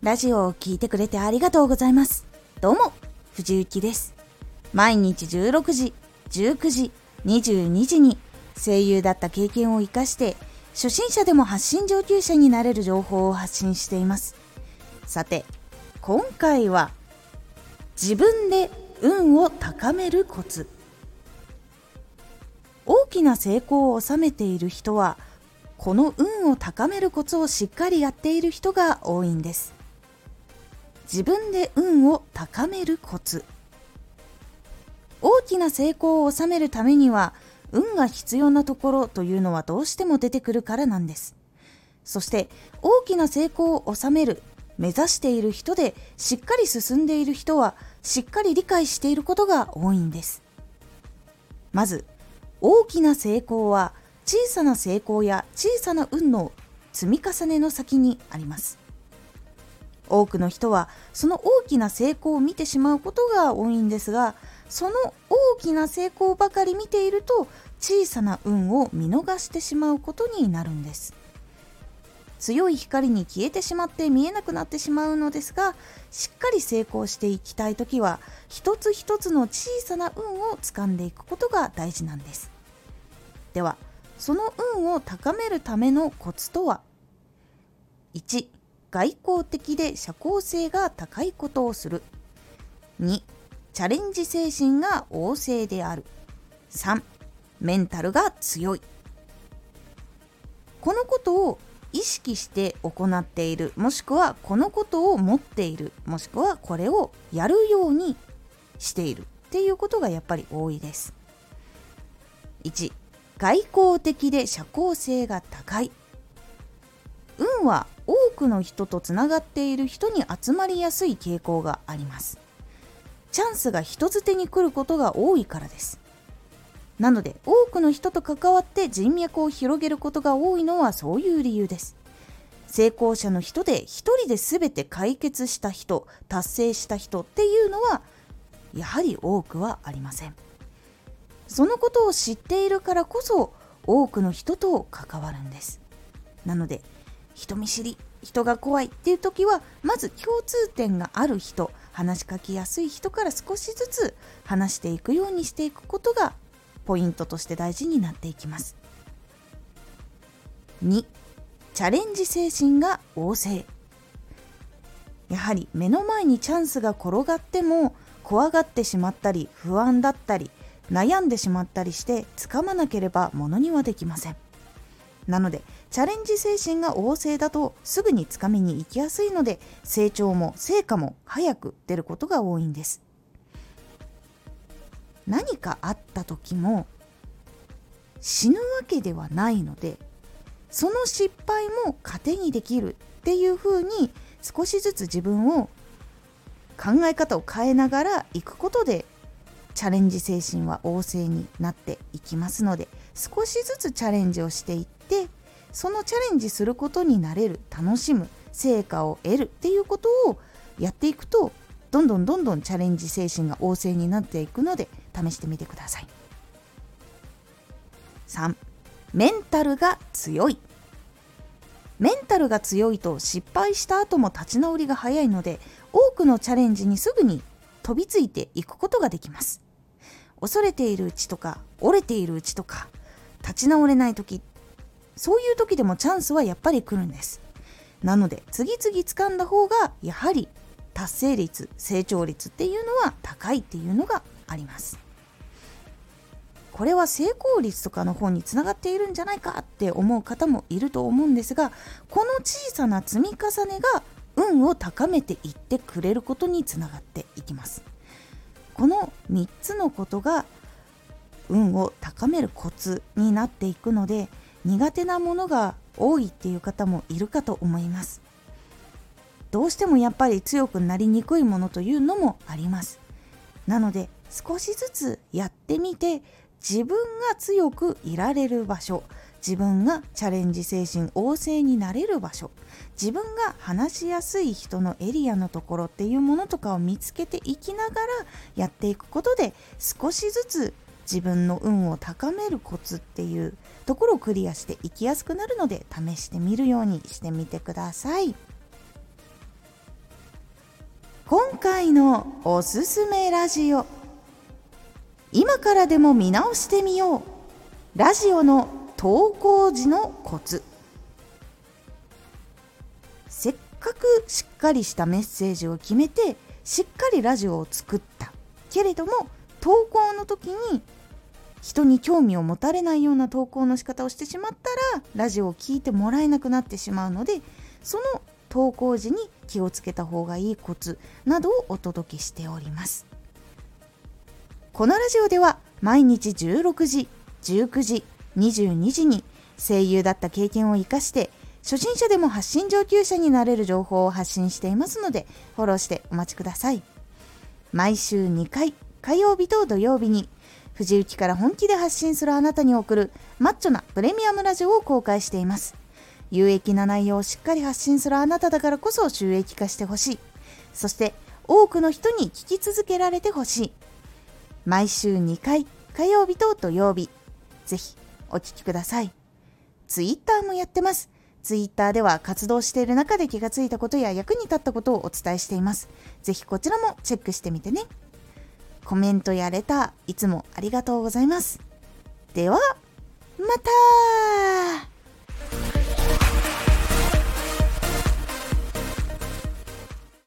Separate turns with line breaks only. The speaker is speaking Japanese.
ラジオを聞いてくれてありがとうございます。どうも、藤幸です。毎日16時、19時、22時に声優だった経験を生かして初心者でも発信上級者になれる情報を発信しています。さて、今回は自分で運を高めるコツ。大きな成功を収めている人はこの運を高めるコツをしっかりやっている人が多いんです。自分で運を高めるコツ。大きな成功を収めるためには運が必要なところというのはどうしても出てくるからなんです。そして大きな成功を収める目指している人でしっかり進んでいる人はしっかり理解していることが多いんです。まず大きな成功は小さな成功や小さな運の積み重ねの先にあります。多くの人はその大きな成功を見てしまうことが多いんですが、その大きな成功ばかり見ていると小さな運を見逃してしまうことになるんです。強い光に消えてしまって見えなくなってしまうのですが、しっかり成功していきたいときは一つ一つの小さな運を掴んでいくことが大事なんです。ではその運を高めるためのコツとは。 1. 外交的で社交性が高いことをする。 2. チャレンジ精神が旺盛である。 3. メンタルが強い。このことを意識して行っている、もしくはこのことを持っている、もしくはこれをやるようにしているっていうことがやっぱり多いです。 1. 外交的で社交性が高い。運は多くの人とつながっている人に集まりやすい傾向があります。チャンスが人づてに来ることが多いからです。なので多くの人と関わって人脈を広げることが多いのはそういう理由です。成功者の人で一人で全て解決した人、達成した人っていうのはやはり多くはありません。そのことを知っているからこそ多くの人と関わるんです。なので人見知り、人が怖いっていう時はまず共通点がある人、話しかけやすい人から少しずつ話していくようにしていくことがポイントとして大事になっていきます。 2. チャレンジ精神が旺盛。やはり目の前にチャンスが転がっても怖がってしまったり不安だったり悩んでしまったりして掴まなければものにはできません。なのでチャレンジ精神が旺盛だとすぐに掴みに行きやすいので成長も成果も早く出ることが多いんです。何かあった時も死ぬわけではないので、その失敗も糧にできるっていう風に少しずつ自分を考え方を変えながら行くことでチャレンジ精神は旺盛になっていきますので、少しずつチャレンジをしていってそのチャレンジすることになれる、楽しむ、成果を得るっていうことをやっていくとどんどんチャレンジ精神が旺盛になっていくので試してみてください。 3. メンタルが強い。メンタルが強いと失敗した後も立ち直りが早いので多くのチャレンジにすぐに飛びついていくことができます。恐れているうちとか折れているうちとか立ち直れない時、そういう時でもチャンスはやっぱり来るんです。なので次々掴んだ方がやはり達成率、成長率っていうのは高いっていうのがあります。これは成功率とかの方につながっているんじゃないかって思う方もいると思うんですが、この小さな積み重ねが運を高めていってくれることにつながっていきます。この3つのことが運を高めるコツになっていくので、苦手なものが多いっていう方もいるかと思います。どうしてもやっぱり強くなりにくいものというのもあります。なので少しずつやってみて、自分が強くいられる場所、自分がチャレンジ精神旺盛になれる場所、自分が話しやすい人のエリアのところっていうものとかを見つけていきながらやっていくことで、少しずつ自分の運を高めるコツっていうところをクリアしていきやすくなるので、試してみるようにしてみてください。 今回のおすすめラジオ、今からでも見直してみよう、ラジオの投稿時のコツ。せっかくしっかりしたメッセージを決めてしっかりラジオを作ったけれども、投稿の時に人に興味を持たれないような投稿の仕方をしてしまったらラジオを聞いてもらえなくなってしまうので、その投稿時に気をつけた方がいいコツなどをお届けしております。このラジオでは毎日16時、19時、22時に声優だった経験を生かして初心者でも発信上級者になれる情報を発信していますので、フォローしてお待ちください。毎週2回、火曜日と土曜日に藤雪から本気で発信するあなたに送るマッチョなプレミアムラジオを公開しています。有益な内容をしっかり発信するあなただからこそ収益化してほしい。そして多くの人に聞き続けられてほしい。毎週2回、火曜日と土曜日、ぜひお聞きください。ツイッターもやってます。ツイッターでは活動している中で気がついたことや役に立ったことをお伝えしています。ぜひこちらもチェックしてみてね。コメントやレター、いつもありがとうございます。では、また。